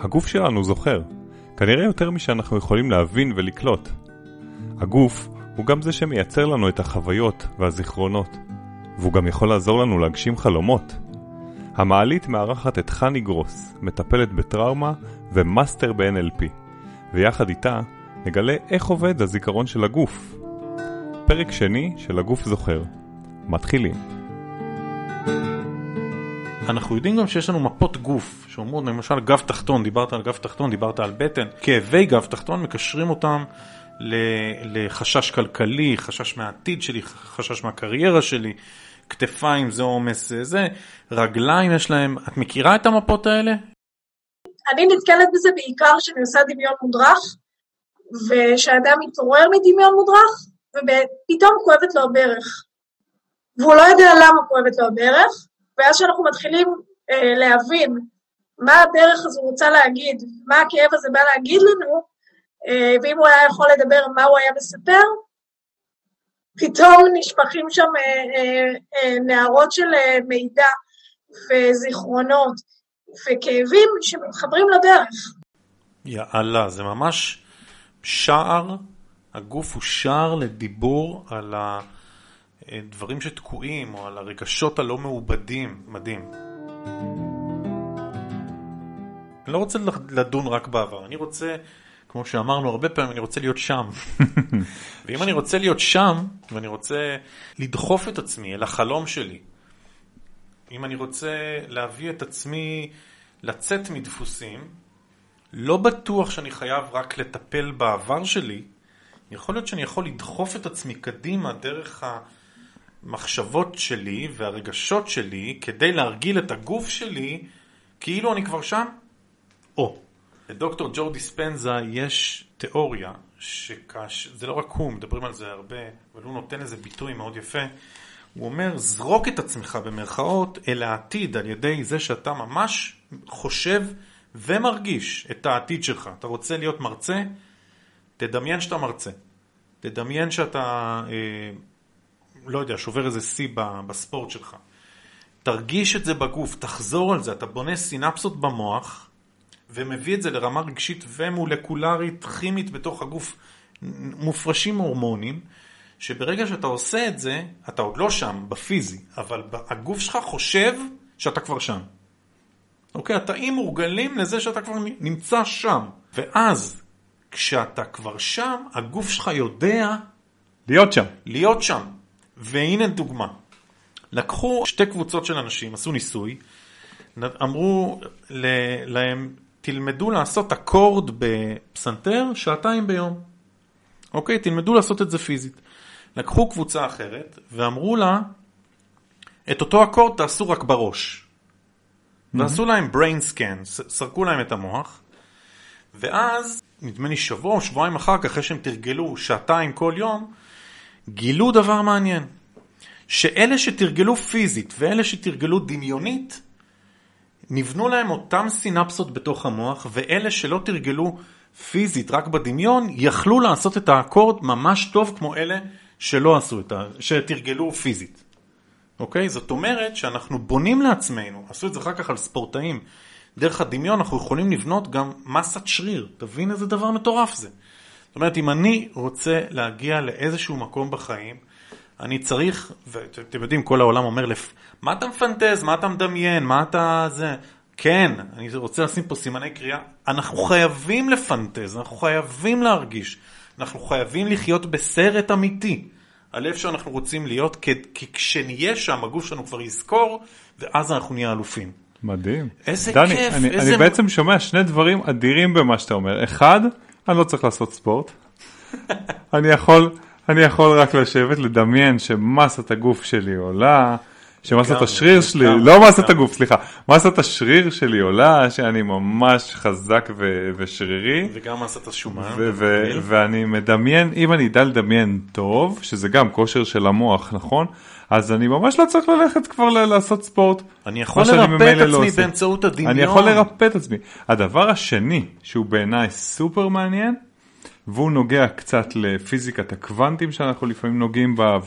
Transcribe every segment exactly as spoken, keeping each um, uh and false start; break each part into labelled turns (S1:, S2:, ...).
S1: הגוף שלנו זוכר, כנראה יותר משאנחנו יכולים להבין ולקלוט. הגוף הוא גם זה שמייצר לנו את החוויות והזיכרונות, והוא גם יכול לעזור לנו להגשים חלומות. המעלית מארחת את חני גרוס, מטפלת בטראומה ומאסטר ב-אן אל פי, ויחד איתה נגלה איך עובד הזיכרון של הגוף. פרק שני של הגוף זוכר. מתחילים.
S2: אנחנו יודעים גם שיש לנו מפות גוף, שאומרות למשל גב תחתון, דיברת על גב תחתון, דיברת על בטן, כאבי גב תחתון, מקשרים אותם לחשש כלכלי, חשש מהעתיד שלי, חשש מהקריירה שלי, כתפיים זה עומס זה, רגליים יש להם. את מכירה את המפות האלה?
S3: אני נתקלת בזה בעיקר שאני עושה דמיון מודרך, ושאדם מתעורר מדמיון מודרך, ופתאום כואבת לו הברך. והוא לא יודע למה כואבת לו הברך, ואז שאנחנו מתחילים אה, להבין מה הברך הזו רוצה להגיד, מה הכאב הזה בא להגיד לנו, אה, ואם הוא היה יכול לדבר מה הוא היה מספר, פתאום נשפכים שם אה, אה, אה, נערות של אה, מידע וזיכרונות וכאבים שמתחברים לדרך.
S2: יאללה, זה ממש שער, הגוף הוא שער לדיבור על הדברים שתקועים או על הרגשות הלא מעובדים. מדהים. אני לא רוצה לדון רק בעבר, אני רוצה, כמו שאמרנו הרבה פעמים, אני רוצה להיות שם. ואם אני רוצה להיות שם, ואני רוצה לדחוף את עצמי אל החלום שלי, אם אני רוצה להביא את עצמי לצאת מדפוסים, לא בטוח שאני חייב רק לטפל בעבר שלי, יכול להיות שאני יכול לדחוף את עצמי קדימה דרך המחשבות שלי והרגשות שלי, כדי להרגיל את הגוף שלי כאילו אני כבר שם. או, לדוקטור ג'ו דיספנזה יש תיאוריה, שכש... זה לא רק הוא, מדברים על זה הרבה, אבל הוא נותן איזה ביטוי מאוד יפה. הוא אומר, זרוק את עצמך במרכאות אל העתיד על ידי זה שאתה ממש חושב ומרגיש את העתיד שלך. אתה רוצה להיות מרצה? תדמיין שאתה מרצה. תדמיין שאתה, אה, לא יודע, שובר איזה סי בספורט שלך. תרגיש את זה בגוף, תחזור על זה. אתה בונה סינפסות במוח, ומביא את זה לרמה רגשית ומולקולרית, כימית בתוך הגוף, מופרשים הורמונים, שברגע שאתה עושה את זה, אתה עוד לא שם, בפיזי, אבל הגוף שלך חושב שאתה כבר שם. אוקיי? התאים מורגלים לזה שאתה כבר נמצא שם. ואז, כשאתה כבר שם, הגוף שלך יודע
S1: להיות שם.
S2: להיות שם. והנה דוגמה. לקחו שתי קבוצות של אנשים, עשו ניסוי, אמרו להם, תלמדו לעשות אקורד בפסנתר שעתיים ביום. אוקיי? תלמדו לעשות את זה פיזית. לקחו קבוצה אחרת ואמרו לה, את אותו אקורד תעשו רק בראש. Mm-hmm. ועשו להם brain scan, סרקו להם את המוח, ואז, נדמה לי שבוע או שבועיים אחר כך, אחרי שהם תרגלו שעתיים כל יום, גילו דבר מעניין. שאלה שתרגלו פיזית ואלה שתרגלו דמיונית, נבנו להם אותם סינפסות בתוך המוח, ואלה שלא תרגלו פיזית רק בדמיון, יכלו לעשות את האקורד ממש טוב כמו אלה שלא עשו את ה... שתרגלו פיזית. אוקיי? זאת אומרת שאנחנו בונים לעצמנו, עשו את זה אחר כך על ספורטאים, דרך הדמיון אנחנו יכולים לבנות גם מסת שריר. תבין איזה דבר מטורף זה. זאת אומרת, אם אני רוצה להגיע לאיזשהו מקום בחיים, אני צריך, ואתם יודעים, כל העולם אומר, לפ... מה אתה מפנטז? מה אתה מדמיין? מה אתה זה? כן, אני רוצה לשים פה סימני קריאה. אנחנו חייבים לפנטז, אנחנו חייבים להרגיש, אנחנו חייבים לחיות בסרט אמיתי, על איפה שאנחנו רוצים להיות, כי, כי כשנהיה שם, הגוף שלנו כבר יזכור, ואז אנחנו נהיה אלופים.
S1: מדהים.
S2: איזה
S1: דני,
S2: כיף.
S1: אני,
S2: איזה...
S1: אני בעצם שומע שני דברים אדירים במה שאתה אומר. אחד, אני לא צריך לעשות ספורט. אני יכול, אני יכול רק לשבת, לדמיין שמסת הגוף שלי עולה, שמסת השריר שלי, לא מסת הגוף, סליחה, מסת השריר שלי עולה, שאני ממש חזק ו- ושרירי.
S2: וגם מסת השומן.
S1: ו- ו- ואני מדמיין, אם אני אדע לדמיין טוב, שזה גם כושר של המוח, נכון? אז אני ממש לא צריך ללכת כבר לעשות ספורט.
S2: אני יכול לרפא את עצמי באמצעות הדמיון.
S1: אני יכול לרפא את עצמי. הדבר השני, שהוא בעיניי סופר מעניין, והוא נוגע קצת לפיזיקת הקוונטים שאנחנו לפעמים נוגעים בה,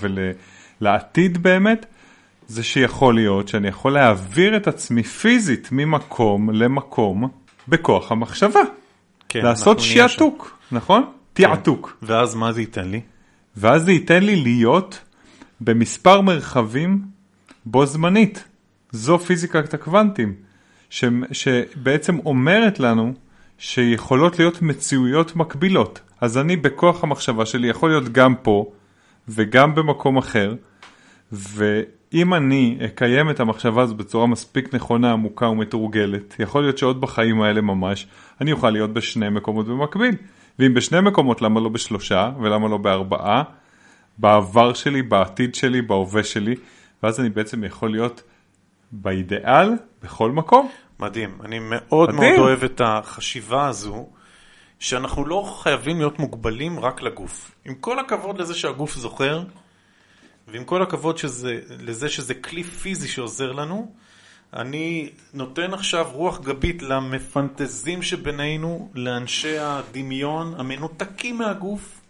S1: ולעתיד באמת, זה שיכול להיות שאני יכול להעביר את עצמי פיזית ממקום למקום, בכוח המחשבה.
S2: כן,
S1: לעשות שיעתוק, נכון? תיעתוק.
S2: ואז מה זה ייתן לי?
S1: ואז זה ייתן לי להיות במספר מרחבים בו זמנית. זו פיזיקת הקוונטים, ש... שבעצם אומרת לנו שיכולות להיות מציאויות מקבילות. אז אני בכוח המחשבה שלי יכול להיות גם פה וגם במקום אחר, ואם אני אקיים את המחשבה הזו בצורה מספיק נכונה, עמוקה ומתורגלת, יכול להיות שעוד בחיים האלה ממש אני אוכל להיות בשני מקומות במקביל. ואם בשני מקומות, למה לא בשלושה ולמה לא בארבעה? בעבר שלי, בעתיד שלי, בהווה שלי, ואז אני בעצם יכול להיות באידאל בכל מקום.
S2: מדהים, אני מאוד מדהים. מאוד אוהב את החשיבה הזו, שאנחנו לא חייבים להיות מוגבלים רק לגוף. עם כל הכבוד לזה שהגוף זוכר, ועם כל הכבוד שזה, לזה שזה כלי פיזי שעוזר לנו, אני נותן עכשיו רוח גבית למפנטזים שבינינו, לאנשי הדמיון, המנותקים מהגוף,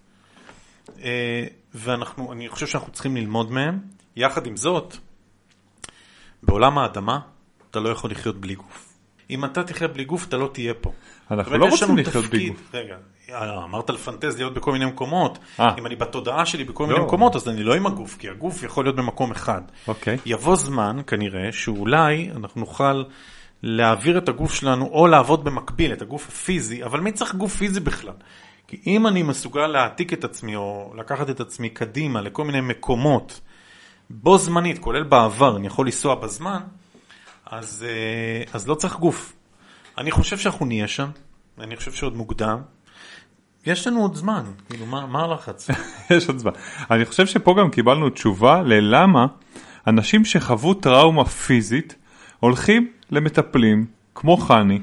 S2: ואנחנו, אני חושב שאנחנו צריכים ללמוד מהם. יחד עם זאת, בעולם האדמה, אתה לא יכול לחיות בלי גוף. אם אתה תחיה בלי גוף, אתה לא תהיה פה.
S1: אנחנו לא רוצים לחיות בלי גוף.
S2: רגע, אמרת לפנטז להיות בכל מיני מקומות. אם אני בתודעה שלי בכל מיני מקומות, אז אני לא עם הגוף, כי הגוף יכול להיות במקום אחד. יבוא זמן, כנראה, שאולי אנחנו נוכל להעביר את הגוף שלנו, או לעבוד במקביל, את הגוף הפיזי, אבל מי צריך גוף פיזי בכלל? כי אם אני מסוגל להעתיק את עצמי, או לקחת את עצמי קדימה לכל מיני מקומות, בו זמנית, כולל בעבר, אני יכול לנסוע בזמן, אז, אז לא צריך גוף. אני חושב שאנחנו נהיה שם, אני חושב שעוד מוקדם. יש לנו עוד זמן, כאילו, מה, מה הלחץ?
S1: יש עוד זמן. אני חושב שפה גם קיבלנו תשובה ללמה אנשים שחוו טראומה פיזית הולכים למטפלים, כמו חני,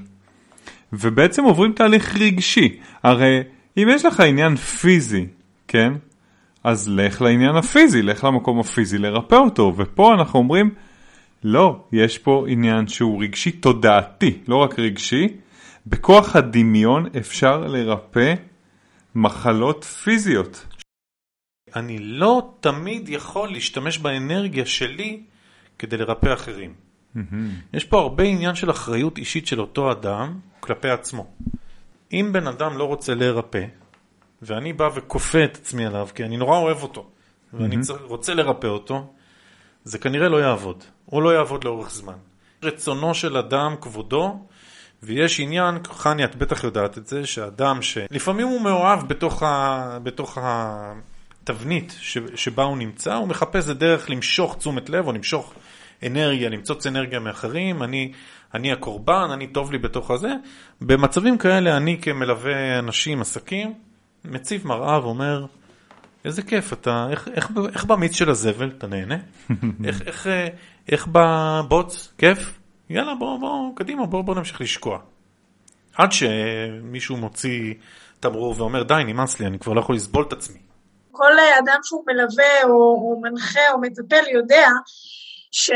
S1: ובעצם עוברים תהליך רגשי. הרי אם יש לך עניין פיזי, כן? אז לך לעניין הפיזי, לך למקום הפיזי, לרפא אותו. ופה אנחנו אומרים, לא, יש פה עניין שהוא רגשי תודעתי, לא רק רגשי. בכוח הדמיון אפשר לרפא מחלות פיזיות.
S2: אני לא תמיד יכול להשתמש באנרגיה שלי כדי לרפא אחרים. Mm-hmm. יש פה הרבה עניין של אחריות אישית של אותו אדם כלפי עצמו. אם בן אדם לא רוצה לרפא, ואני בא וכופה את עצמי עליו, כי אני נורא אוהב אותו, ואני mm-hmm. רוצה לרפא אותו, זה כנראה לא יעבוד, או לא יעבוד לאורך זמן. רצונו של אדם כבודו, ויש עניין, חני, את בטח יודעת את זה, שאדם שלפעמים הוא מאוהב בתוך, ה, בתוך התבנית ש, שבה הוא נמצא, הוא מחפש את דרך למשוך תשומת לב, או למשוך אנרגיה, למצוץ אנרגיה מאחרים, אני, אני הקורבן, אני טוב לי בתוך הזה. במצבים כאלה, אני כמלווה אנשים, עסקים, מציב מראה ואומר, איזה כיף, אתה, איך, איך, איך במיץ של הזבל, אתה נהנה? איך, איך, איך בבוץ, כיף? יאללה, בוא, בוא, קדימה, בוא, בוא נמשיך לשקוע. עד שמישהו מוציא תמרור ואומר, די, נמאס לי, אני כבר לא יכול לסבול את עצמי.
S3: כל אדם שהוא מלווה או, או מנחה או מטפל יודע ש,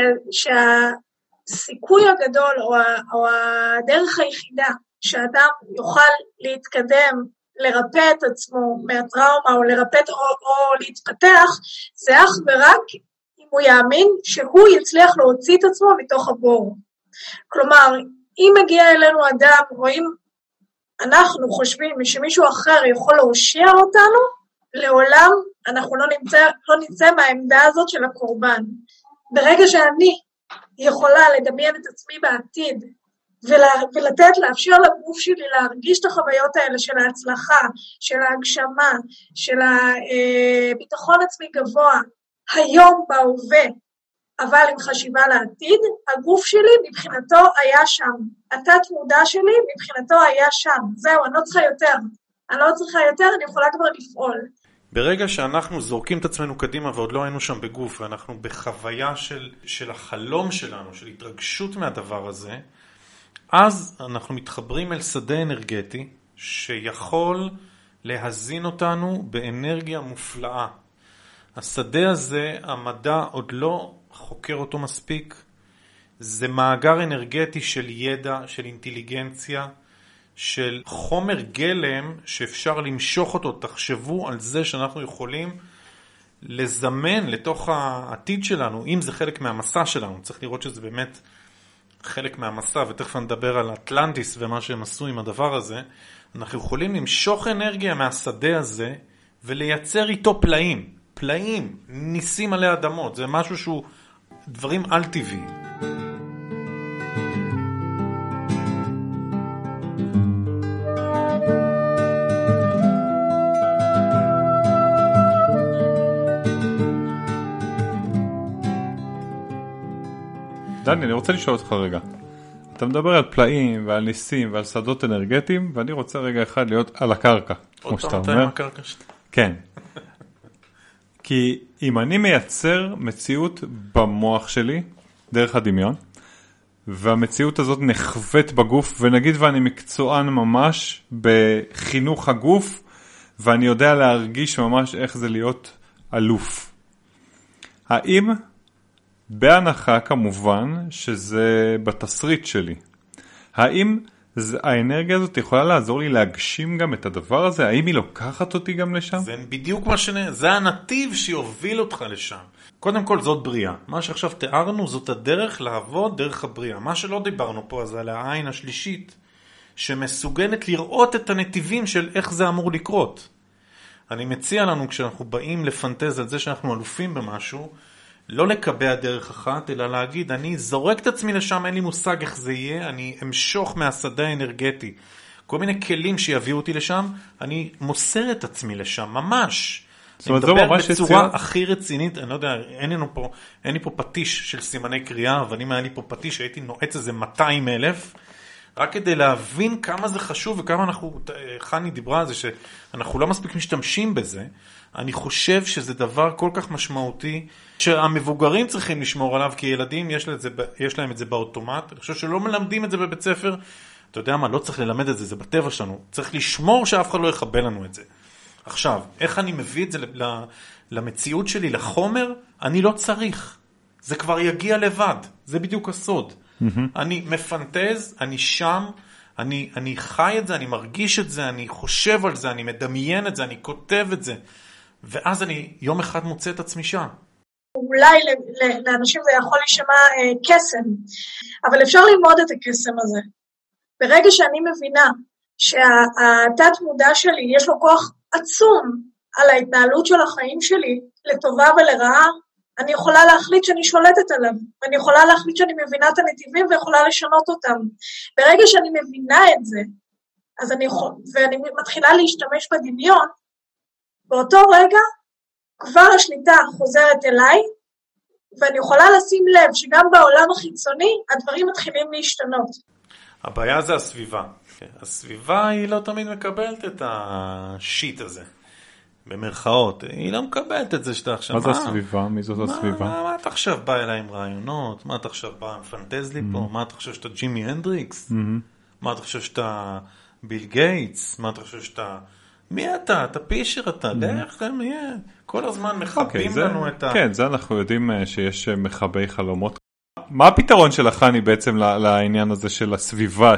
S3: שהסיכוי הגדול או, או הדרך היחידה שאדם יוכל להתקדם, לרפא את עצמו מהטראומה או לרפא או, או להתפתח, זה אך ורק אם הוא יאמין שהוא יצליח להוציא את עצמו מתוך הבור. כלומר, אם מגיע אלינו אדם, או אם אנחנו חושבים שמישהו אחר יכול להושיע אותנו, לעולם אנחנו לא נמצא, לא נמצא מהעמדה הזאת של הקורבן. ברגע שאני יכולה לדמיין את עצמי בעתיד, ולתת, לאפשר לגוף שלי להרגיש את החוויות האלה של ההצלחה, של ההגשמה, של הביטחון עצמי גבוה, היום בהווה, אבל עם חשיבה לעתיד, הגוף שלי מבחינתו היה שם. התת מודע שלי מבחינתו היה שם. זהו, אני לא צריכה יותר. אני לא צריכה יותר, אני יכולה כבר לפעול.
S2: ברגע שאנחנו זורקים את עצמנו קדימה ועוד לא היינו שם בגוף, ואנחנו בחוויה של, של החלום שלנו, של התרגשות מהדבר הזה, אז אנחנו מתחברים אל שדה אנרגטי שיכול להזין אותנו באנרגיה מופלאה. השדה הזה, המדע עוד לא חוקר אותו מספיק. זה מאגר אנרגטי של ידע, של אינטליגנציה, של חומר גלם שאפשר למשוך אותו. תחשבו על זה שאנחנו יכולים לזמן לתוך העתיד שלנו, אם זה חלק מהמסע שלנו. צריך לראות שזה באמת חלק מהמסע, ותכף נדבר על אטלנטיס ומה שהם עשו עם הדבר הזה, אנחנו יכולים למשוך אנרגיה מהשדה הזה, ולייצר איתו פלאים, פלאים, ניסים עלי אדמות, זה משהו שהוא דברים על טבעיים.
S1: דני, אני רוצה לשאול אותך רגע. אתה מדבר על פלאים ועל ניסים ועל שדות אנרגטיים, ואני רוצה רגע אחד להיות על הקרקע, כמו שאתה אומר.
S2: עוד פעם אתה עם הקרקע שלי.
S1: כן. כי אם אני מייצר מציאות במוח שלי, דרך הדמיון, והמציאות הזאת נחווית בגוף, ונגיד ואני מקצוען ממש בחינוך הגוף, ואני יודע להרגיש ממש איך זה להיות אלוף. האם... בהנחה כמובן שזה בתסריט שלי. האם זה, האנרגיה הזאת יכולה לעזור לי להגשים גם את הדבר הזה? האם היא לוקחת אותי גם לשם?
S2: זה בדיוק מה ש... זה הנתיב שיוביל אותך לשם. קודם כל זאת בריאה. מה שעכשיו תיארנו זאת הדרך לעבוד דרך הבריאה. מה שלא דיברנו פה זה על העין השלישית שמסוגלת לראות את הנתיבים של איך זה אמור לקרות. אני מציע לנו כשאנחנו באים לפנטז על זה שאנחנו אלופים במשהו, לא לקבע דרך אחת, אלא להגיד, אני זורק את עצמי לשם, אין לי מושג איך זה יהיה, אני אמשוך מהשדה האנרגטי. כל מיני כלים שיביאו אותי לשם, אני מוסר את עצמי לשם, ממש. אני מדבר בצורה הכי רצינית, אני לא יודע, אין לי פה, אין לי פה פטיש של סימני קריאה, אבל אם היה לי פה פטיש, הייתי נועץ איזה מאתיים אלף, רק כדי להבין כמה זה חשוב, וכמה אנחנו, חני דיברה על זה, שאנחנו לא מספיק משתמשים בזה, אני חושב שזה דבר כל כך משמעותי, שהמבוגרים צריכים לשמור עליו, כי ילדים יש, לזה, יש להם את זה באוטומט. אני חושב שלא מלמדים את זה בבית ספר. אתה יודע מה, לא צריך ללמד את זה, זה בטבע שלנו. צריך לשמור שאף אחד לא יחבל לנו את זה. עכשיו, איך אני מביא את זה למציאות שלי, לחומר? אני לא צריך. זה כבר יגיע לבד. זה בדיוק הסוד. Mm-hmm. אני מפנטז, אני שם, אני, אני חי את זה, אני מרגיש את זה, אני חושב על זה, אני מדמיין את זה, אני כותב את זה. ואז אני יום אחד מוצא את עצמי שם.
S3: אולי לאנשים זה יכול להישמע אה, קסם, אבל אפשר ללמוד את הקסם הזה. ברגע שאני מבינה שהתת מודע שלי יש לו כוח עצום על ההתנהלות של החיים שלי, לטובה ולרעה, אני יכולה להחליט שאני שולטת עליו, ואני יכולה להחליט שאני מבינה את הנתיבים ויכולה לשנות אותם. ברגע שאני מבינה את זה, אז אני יכול, ואני מתחילה להשתמש בדמיון, באותו רגע, כבר השליטה חוזרת אליי, ואני יכולה לשים לב שגם בעולם החיצוני, הדברים מתחילים להשתנות.
S2: הבעיה זה הסביבה. הסביבה היא לא תמיד מקבלת את השיט הזה. במרכאות. היא לא מקבלת את זה שאתה עכשיו...
S1: מה זה הסביבה? מי זאת הסביבה?
S2: מה, מה אתה עכשיו בא אליי עם רעיונות? מה אתה עכשיו בא מפנטז לי פה? מה אתה חושב שאתה ג'ימי הנדריקס? מה אתה חושב שאתה ביל גייטס? מה אתה חושב שאתה... מי אתה? אתה פישר אתה? דרך מי? כל הזמן מחבים לנו את ה...
S1: כן, זה אנחנו יודעים שיש מחבי חלומות. מה הפתרון של החני בעצם לעניין הזה של הסביבה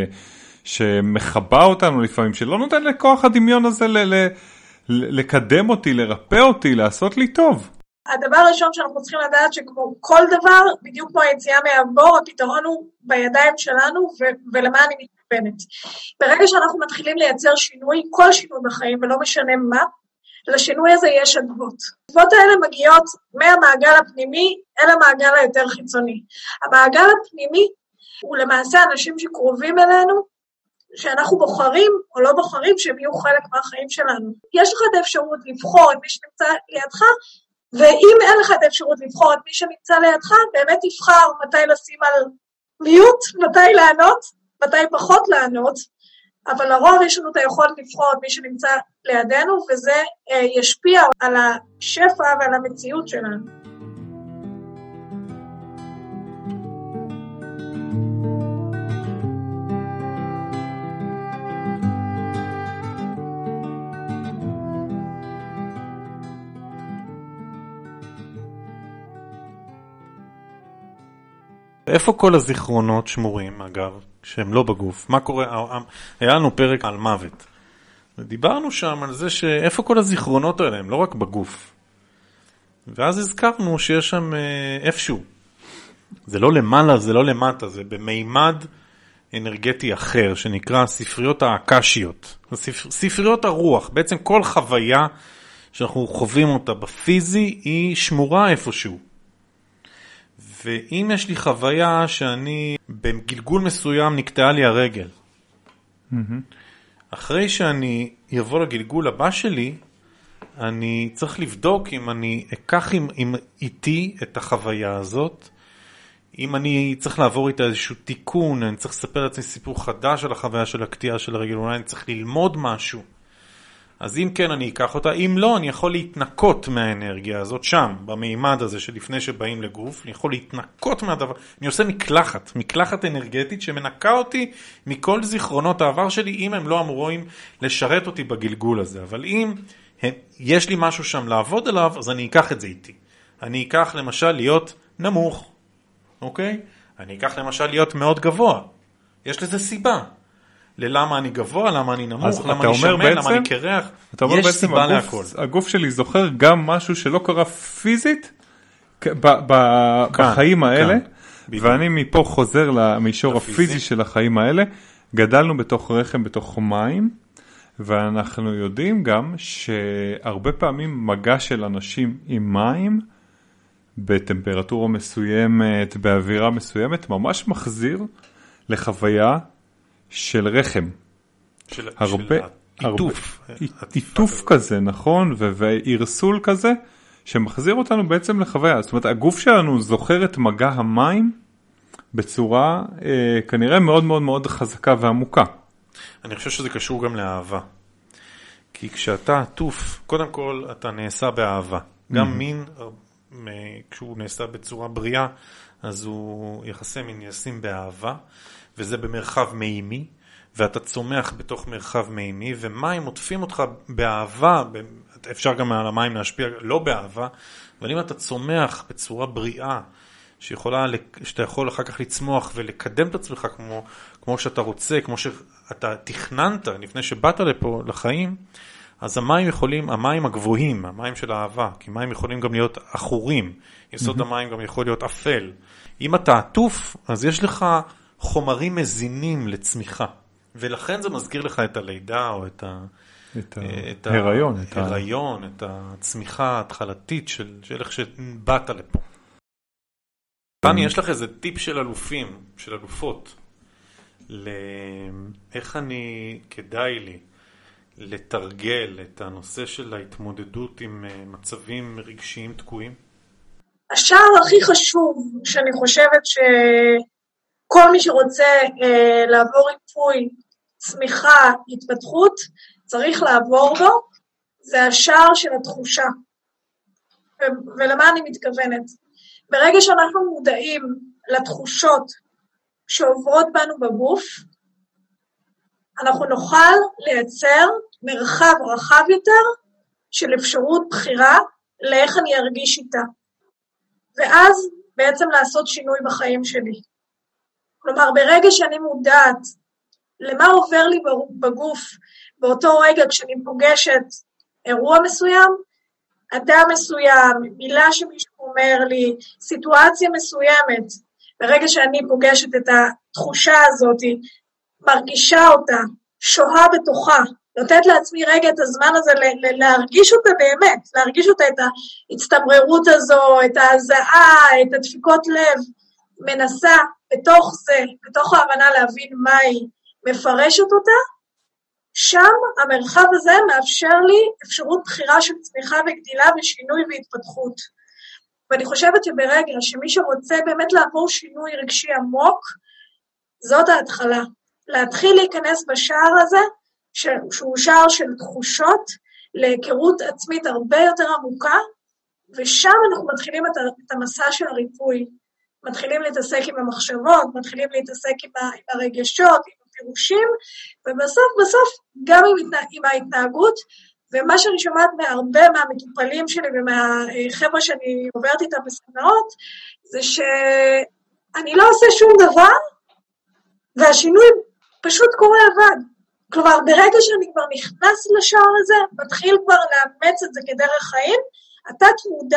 S1: שמחבה אותנו לפעמים, שלא נותן לכוח הדמיון הזה לקדם אותי, לרפא אותי, לעשות לי טוב?
S3: הדבר הראשון שאנחנו צריכים לדעת שכמו כל דבר, בדיוק כמו היציאה מהבור, הפתרון הוא בידיים שלנו ו- ולמה אני מתכוונת. ברגע שאנחנו מתחילים לייצר שינוי, כל שינוי בחיים ולא משנה מה, לשינוי הזה יש אדוות. האדוות האלה מגיעות מהמעגל הפנימי אל המעגל היותר חיצוני. המעגל הפנימי הוא למעשה אנשים שקרובים אלינו, שאנחנו בוחרים או לא בוחרים שהם יהיו חלק מהחיים שלנו. יש לך את האפשרות לבחור את מי שנמצא לידך, ואם אין לך את האפשרות לבחור את מי שנמצא לידך, באמת תבחר מתי לשים על מיוט, מתי לענות, מתי פחות לענות, אבל לרוב יש לנו את היכולת לבחור את מי שנמצא לידינו, וזה ישפיע על השפע ועל המציאות שלנו.
S2: איפה כל הזיכרונות שמורים, אגב, שהם לא בגוף? מה קורה? היה לנו פרק על מוות. ודיברנו שם על זה שאיפה כל הזיכרונות האלה, הם לא רק בגוף. ואז הזכרנו שיש שם איפשהו. זה לא למעלה, זה לא למטה, זה במימד אנרגטי אחר, שנקרא ספריות האקשיות, ספר, ספריות הרוח. בעצם כל חוויה שאנחנו חווים אותה בפיזי, היא שמורה איפשהו. ואם יש לי חוויה שאני, בגלגול מסוים נקטעה לי הרגל, mm-hmm. אחרי שאני יבוא לגלגול הבא שלי, אני צריך לבדוק אם אני אקח עם, עם איתי את החוויה הזאת, אם אני צריך לעבור איתה איזשהו תיקון, אני צריך לספר לעצמי סיפור חדש על החוויה של הקטיעה של הרגל, אולי אני צריך ללמוד משהו. אז אם כן אני אקח אותה, אם לא אני יכול להתנקות מהאנרגיה הזאת שם, במימד הזה שלפני שבאים לגוף, אני יכול להתנקות מהדבר, אני עושה מקלחת, מקלחת אנרגטית שמנקה אותי מכל זיכרונות העבר שלי, אם הם לא אמורים לשרת אותי בגלגול הזה, אבל אם הם, יש לי משהו שם לעבוד עליו, אז אני אקח את זה איתי. אני אקח למשל להיות נמוך, אוקיי? אני אקח למשל להיות מאוד גבוה. יש לזה סיבה. ללמה אני גבוה, למה אני נמוך, למה אני שמן, בעצם, למה אני קרח.
S1: אתה אומר
S2: יש
S1: בעצם
S2: סיבה
S1: הגוף,
S2: להכל.
S1: הגוף שלי זוכר גם משהו שלא קרה פיזית ב, ב, כאן, בחיים האלה, כאן, ואני מפה חוזר למישור הפיזי של החיים האלה. גדלנו בתוך רחם, בתוך מים, ואנחנו יודעים גם שהרבה פעמים מגע של אנשים עם מים, בטמפרטורה מסוימת, באווירה מסוימת, ממש מחזיר לחוויה של רחם.
S2: של,
S1: הרבה,
S2: של עיטוף.
S1: עיטוף כזה, נכון? ועירסול כזה, שמחזיר אותנו בעצם לחוויה. זאת אומרת, הגוף שלנו זוכר את מגע המים בצורה אה, כנראה מאוד מאוד מאוד חזקה ועמוקה.
S2: אני חושב שזה קשור גם לאהבה. כי כשאתה עטוף, קודם כל אתה נעשה באהבה. גם mm-hmm. מין, כשהוא נעשה בצורה בריאה, אז הוא יחסי מין נעשים באהבה, וזה במרחב מימי, ואתה צומח בתוך מרחב מימי, ומים עוטפים אותך באהבה, אפשר גם על המים להשפיע לא באהבה, אבל אם אתה צומח בצורה בריאה, שיכולה, שאתה יכול אחר כך לצמוח ולקדם את עצמך כמו, כמו שאתה רוצה, כמו שאתה תכננת לפני שבאת לפה לחיים, אז המים יכולים, המים הגבוהים, המים של האהבה, כי מים יכולים גם להיות אחורים, יסוד mm-hmm. המים גם יכול להיות אפל. אם אתה עטוף, אז יש לך חומרים מזינים לצמיחה, ולכן זה מזכיר לך את הלידה או את ה...
S1: את ההיריון,
S2: את ההיריון, את הצמיחה ההתחלתית של, של איך שבאת לפה. תני, יש לך איזה טיפ של אלופים, של אלופות, לאיך אני, כדאי לי, לתרגל את הנושא של ההתמודדות עם מצבים רגשיים תקועים?
S3: השער הכי חשוב שאני חושבת שכל מי שרוצה אה, לעבור ריפוי, צמיחה, התפתחות, צריך לעבור בו, זה השער של התחושה. ו- ולמה אני מתכוונת? ברגע שאנחנו מודעים לתחושות שעוברות בנו בגוף, אנחנו נוכל לייצר מרחב רחב יותר של אפשרות בחירה לאיך אני ארגיש איתה. ואז בעצם לעשות שינוי בחיים שלי. כלומר, ברגע שאני מודעת למה עובר לי בגוף, באותו רגע כשאני פוגשת אירוע מסוים, אדם מסוים, מילה שמישהו אומר לי, סיטואציה מסוימת, ברגע שאני פוגשת את התחושה הזאת, מרגישה אותה, שוהה בתוכה, נותנת לעצמי רגע את הזמן הזה להרגיש אותה באמת, להרגיש אותה את ההצטמררות הזו, את ההזעה, את הדפיקות לב, מנסה בתוך זה, בתוך ההבנה להבין מה היא, מפרשת אותה, שם המרחב הזה מאפשר לי אפשרות בחירה של צמיחה וגדילה ושינוי והתפתחות. ואני חושבת שברגע שמי שרוצה באמת לעבור שינוי רגשי עמוק, זאת ההתחלה. להתחיל להיכנס בשער הזה, שהוא שער של תחושות, להיכרות עצמית הרבה יותר עמוקה, ושם אנחנו מתחילים את המסע של הריפוי. מתחילים להתעסק עם המחשבות, מתחילים להתעסק עם הרגשות, עם הפירושים, ובסוף בסוף גם עם, עם ההתנהגות, ומה שאני שומעת מהרבה מהמטופלים שלי ומהחבר'ה שאני עוברת איתם בסדנאות, זה שאני לא עושה שום דבר, והשינוי פשוט קורה לבד. כלומר, ברגע שאני כבר נכנס לשער הזה, מתחיל כבר לאמץ את זה כדרך חיים, התת מודע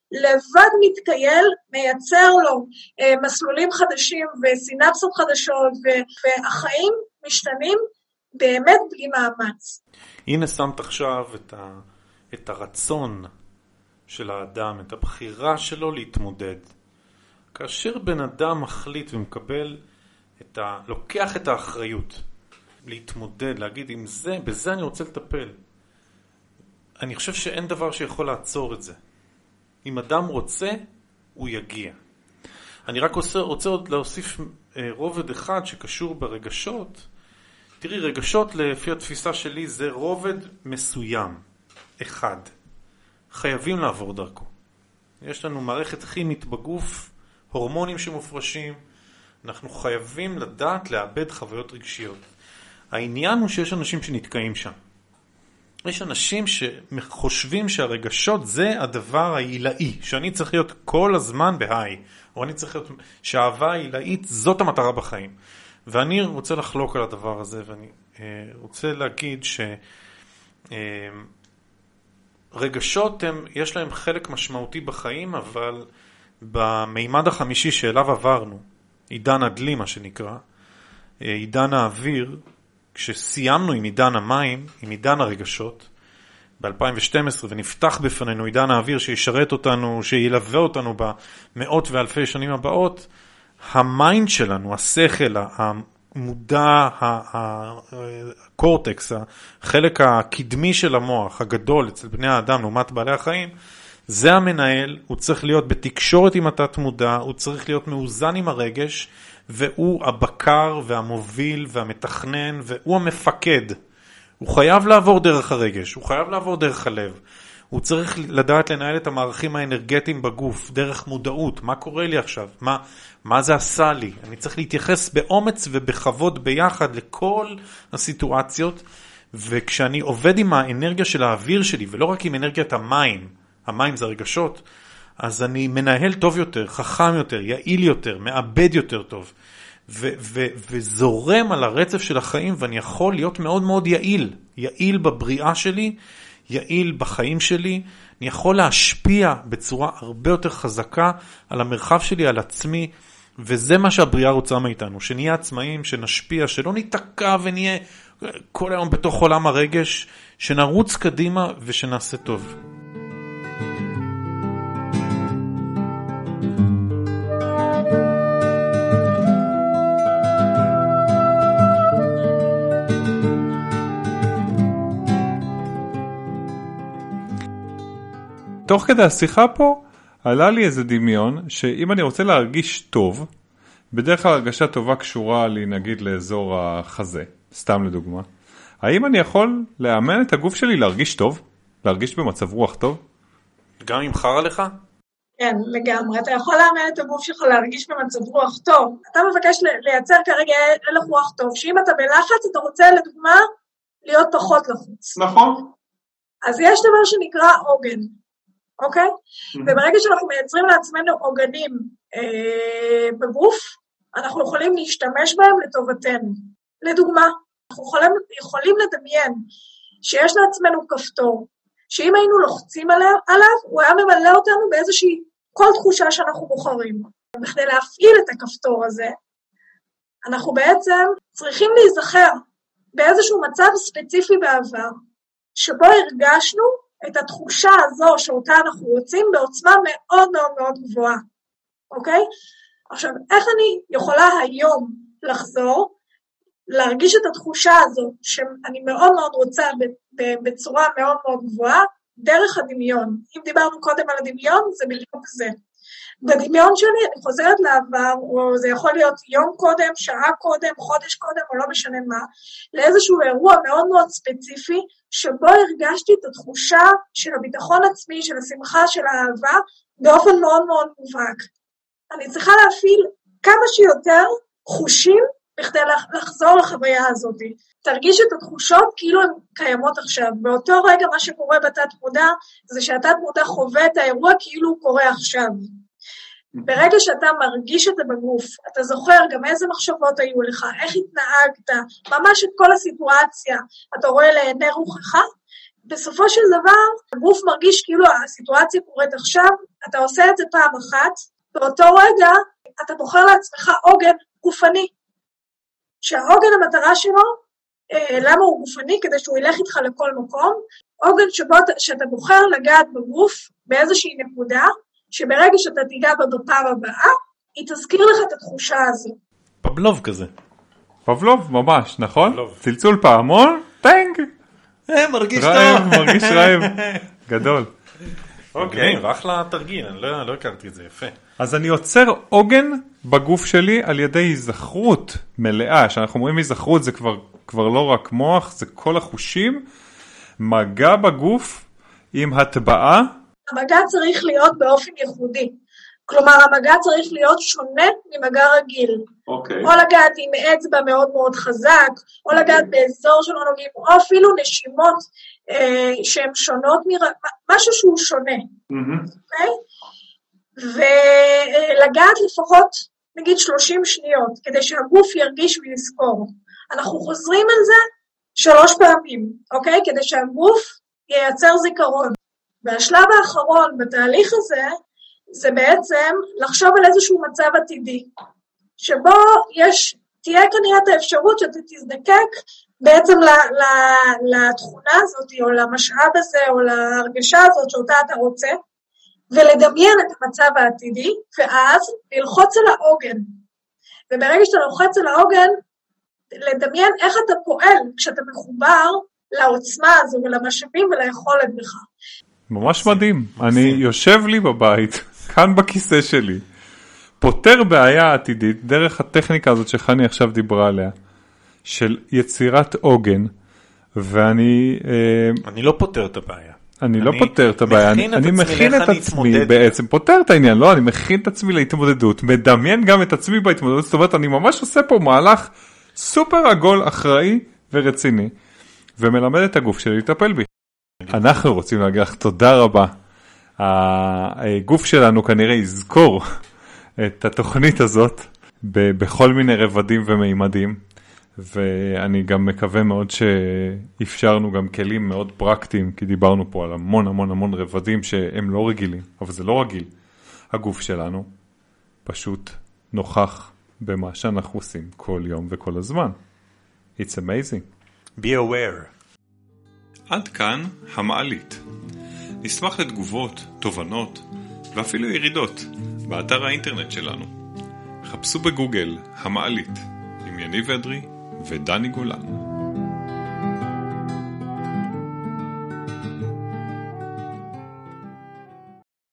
S3: לבד מתקייל, מייצר לו אה, מסלולים חדשים וסינפסות חדשות, ו- והחיים משתנים באמת בלי מאמץ.
S2: הנה שמת עכשיו את, ה- את הרצון של האדם, את הבחירה שלו להתמודד. כאשר בן אדם מחליט ומקבל את ה... לוקח את האחריות להתמודד, להגיד עם זה, בזה אני רוצה לטפל. אני חושב שאין דבר שיכול לעצור את זה. אם אדם רוצה, הוא יגיע. אני רק רוצה, רוצה עוד להוסיף רובד אחד שקשור ברגשות. תראי, רגשות לפי התפיסה שלי זה רובד מסוים, אחד. חייבים לעבור דרכו. יש לנו מערכת כימית בגוף, הורמונים שמופרשים, אנחנו חייבים לדעת לאבד חוויות רגשיות. העניין הוא שיש אנשים שנתקעים שם. יש אנשים שחושבים שהרגשות זה הדבר העילאי, שאני צריך להיות כל הזמן בהיי, או אני צריך להיות שהאהבה העילאית זאת המטרה בחיים. ואני רוצה לחלוק על הדבר הזה, ואני אה, רוצה להגיד שרגשות הם, יש להם חלק משמעותי בחיים, אבל במימד החמישי שאליו עברנו, עידן הדלי מה שנקרא, עידן האוויר, כשסיימנו עם עידן המים, עם עידן הרגשות, ב-אלפיים ושתים עשרה, ונפתח בפנינו עידן האוויר שישרת אותנו, שילווה אותנו במאות ואלפי שנים הבאות, המיינד שלנו, השכל, המודע, הקורטקס, החלק הקדמי של המוח, הגדול אצל בני האדם לעומת בעלי החיים, זה המנהל, הוא צריך להיות בתקשורת עם התת מודע, הוא צריך להיות מאוזן עם הרגש, והוא הבקר והמוביל והמתכנן, והוא המפקד. הוא חייב לעבור דרך הרגש, הוא חייב לעבור דרך הלב. הוא צריך לדעת לנהל את המערכים האנרגטיים בגוף, דרך מודעות. מה קורה לי עכשיו? מה, מה זה עשה לי? אני צריך להתייחס באומץ ובכבוד ביחד לכל הסיטואציות, וכשאני עובד עם האנרגיה של האוויר שלי, ולא רק עם אנרגיית המים, המים זה הרגשות, אז אני מנהל טוב יותר, חכם יותר, יעיל יותר, מאבד יותר טוב, ו- ו- וזורם על הרצף של החיים, ואני יכול להיות מאוד מאוד יעיל, יעיל בבריאה שלי, יעיל בחיים שלי, אני יכול להשפיע בצורה הרבה יותר חזקה על המרחב שלי, על עצמי, וזה מה שהבריאה רוצה מאיתנו, שנהיה עצמאים, שנשפיע, שלא ניתקע ונהיה כל היום בתוך עולם הרגש, שנרוץ קדימה ושנעשה טוב.
S1: תוך כדי השיחה פה, עלה לי איזה דמיון, שאם אני רוצה להרגיש טוב, בדרך כלל הרגשה טובה קשורה לי, נגיד, לאזור החזה, סתם לדוגמה. האם אני יכול לאמן את הגוף שלי להרגיש טוב? להרגיש במצב רוח טוב?
S2: גם אם חרה לך?
S3: כן, לגמרי. אתה יכול לאמן את הגוף שלך להרגיש במצב רוח טוב. אתה מבקש לייצר כרגע הלך רוח טוב, שאם אתה בלחץ, אתה רוצה, לדוגמה, להיות פחות לחוץ.
S2: נכון.
S3: אז יש דבר שנקרא עוגן. אוקיי? וברגע שאנחנו מייצרים לעצמנו עוגנים אה, בגוף, אנחנו יכולים להשתמש בהם לטובתנו. לדוגמה, אנחנו יכולים, יכולים לדמיין שיש לעצמנו כפתור, שאם היינו לוחצים עליו, עליו, הוא היה ממלא אותנו באיזושהי, כל תחושה שאנחנו בוחרים. בכדי להפעיל את הכפתור הזה, אנחנו בעצם צריכים להיזכר באיזשהו מצב ספציפי בעבר, שבו הרגשנו את התחושה הזו שאותה אנחנו רוצים בעוצמה מאוד מאוד מאוד גבוהה, אוקיי? עכשיו, איך אני יכולה היום לחזור, להרגיש את התחושה הזו, שאני מאוד מאוד רוצה בצורה מאוד מאוד גבוהה, דרך הדמיון. אם דיברנו קודם על הדמיון, זה בדיוק זה. בדמיון שלי אני חוזרת לעבר, או זה יכול להיות יום קודם, שעה קודם, חודש קודם, או לא משנה מה, לאיזשהו אירוע מאוד מאוד ספציפי, שבו הרגשתי את התחושה של הביטחון עצמי, של השמחה, של האהבה, באופן מאוד מאוד מובהק. אני צריכה להפעיל כמה שיותר חושים, בכדי לחזור לחוויה הזאת. תרגיש את התחושות כאילו הן קיימות עכשיו. באותו רגע מה שקורה בתת מודע, זה שהתת מודע חווה את האירוע כאילו הוא קורה עכשיו. ברגע שאתה מרגיש את זה בגוף, אתה זוכר גם איזה מחשבות היו לך, איך התנהגת, ממש את כל הסיטואציה, אתה רואה לעיני רוחך, בסופו של דבר, הגוף מרגיש כאילו הסיטואציה קורית עכשיו, אתה עושה את זה פעם אחת, באותו רגע אתה בוחר לעצמך עוגן גופני, שהעוגן המטרה שלו, אה, למה הוא גופני? כדי שהוא ילך איתך לכל מקום, עוגן שבו שאתה בוחר לגעת בגוף באיזושהי נקודה, שברגע שאתה תיגע בה בפעם הבאה, היא תזכיר לך את התחושה הזו.
S2: פבלוב כזה.
S1: פבלוב, ממש, נכון?
S2: פבלוב.
S1: צלצול פעמון, טנג.
S2: אה, מרגיש
S1: רעב,
S2: טוב.
S1: מרגיש רעב. גדול.
S2: אוקיי, ואחלה תרגיל, אני לא, לא הכרתי את זה, יפה.
S1: אז אני יוצר עוגן בגוף שלי על ידי היזכרות מלאה. שאנחנו אומרים היזכרות זה כבר, כבר לא רק מוח, זה כל החושים. מגע בגוף עם הטבעה.
S3: המגע צריך להיות באופן ייחודי. כלומר, המגע צריך להיות שונה ממגע רגיל.
S1: אוקיי.
S3: או לגעת עם אצבע מאוד מאוד חזק, או לגעת באזור שלא נוגעים, או אפילו נשימות אה, שהן שונות, מר... משהו שהוא שונה. אוקיי? ולגעת לפחות, נגיד שלושים שניות, כדי שהגוף ירגיש ויזכור. אנחנו חוזרים על זה שלוש פעמים, אוקיי? כדי שהגוף ייצר זיכרון. והשלב האחרון בתהליך הזה, זה בעצם לחשוב על איזשהו מצב עתידי, שבו יש, תהיה כנראה את האפשרות שאתה תזדקק בעצם לתכונה הזאת, או למשאב הזה, או להרגשה הזאת שאותה אתה רוצה, ולדמיין את המצב העתידי, ואז ללחוץ על העוגן. וברגע שאתה לוחץ על העוגן, לדמיין איך אתה פועל כשאתה מחובר לעוצמה הזו ולמשאבים וליכולת בך.
S1: ממש מדהים. אני יושב לי בבית, כאן בכיסא שלי, פותר בעיה עתידית דרך הטכניקה הזאת שחני עכשיו דיברה עליה, של יצירת עוגן, ואני...
S2: אני לא פותר את הבעיה.
S1: אני לא פותר את הבעיה, אני מכין את עצמי בעצם, פותר את העניין, לא, אני מכין את עצמי להתמודדות, מדמיין גם את עצמי בהתמודדות, זאת אומרת, אני ממש עושה פה מהלך סופר עגול, אחראי ורציני, ומלמד את הגוף שלי לטפל בי. אנחנו רוצים להגיד לך תודה רבה. הגוף שלנו כנראה יזכור את התוכנית הזאת בכל מיני רבדים ומימדים, ואני גם מקווה מאוד שאפשרנו גם כלים מאוד פרקטיים, כי דיברנו פה על המון המון המון רבדים שהם לא רגילים, אבל זה לא רגיל. הגוף שלנו פשוט נוכח במה שאנחנו עושים כל יום וכל הזמן. It's amazing.
S2: Be aware.
S1: עד כאן המעלית. נשמח לתגובות, תובנות ואפילו ירידות באתר האינטרנט שלנו. חפשו בגוגל המעלית עם יניב אדרי ודני גולן.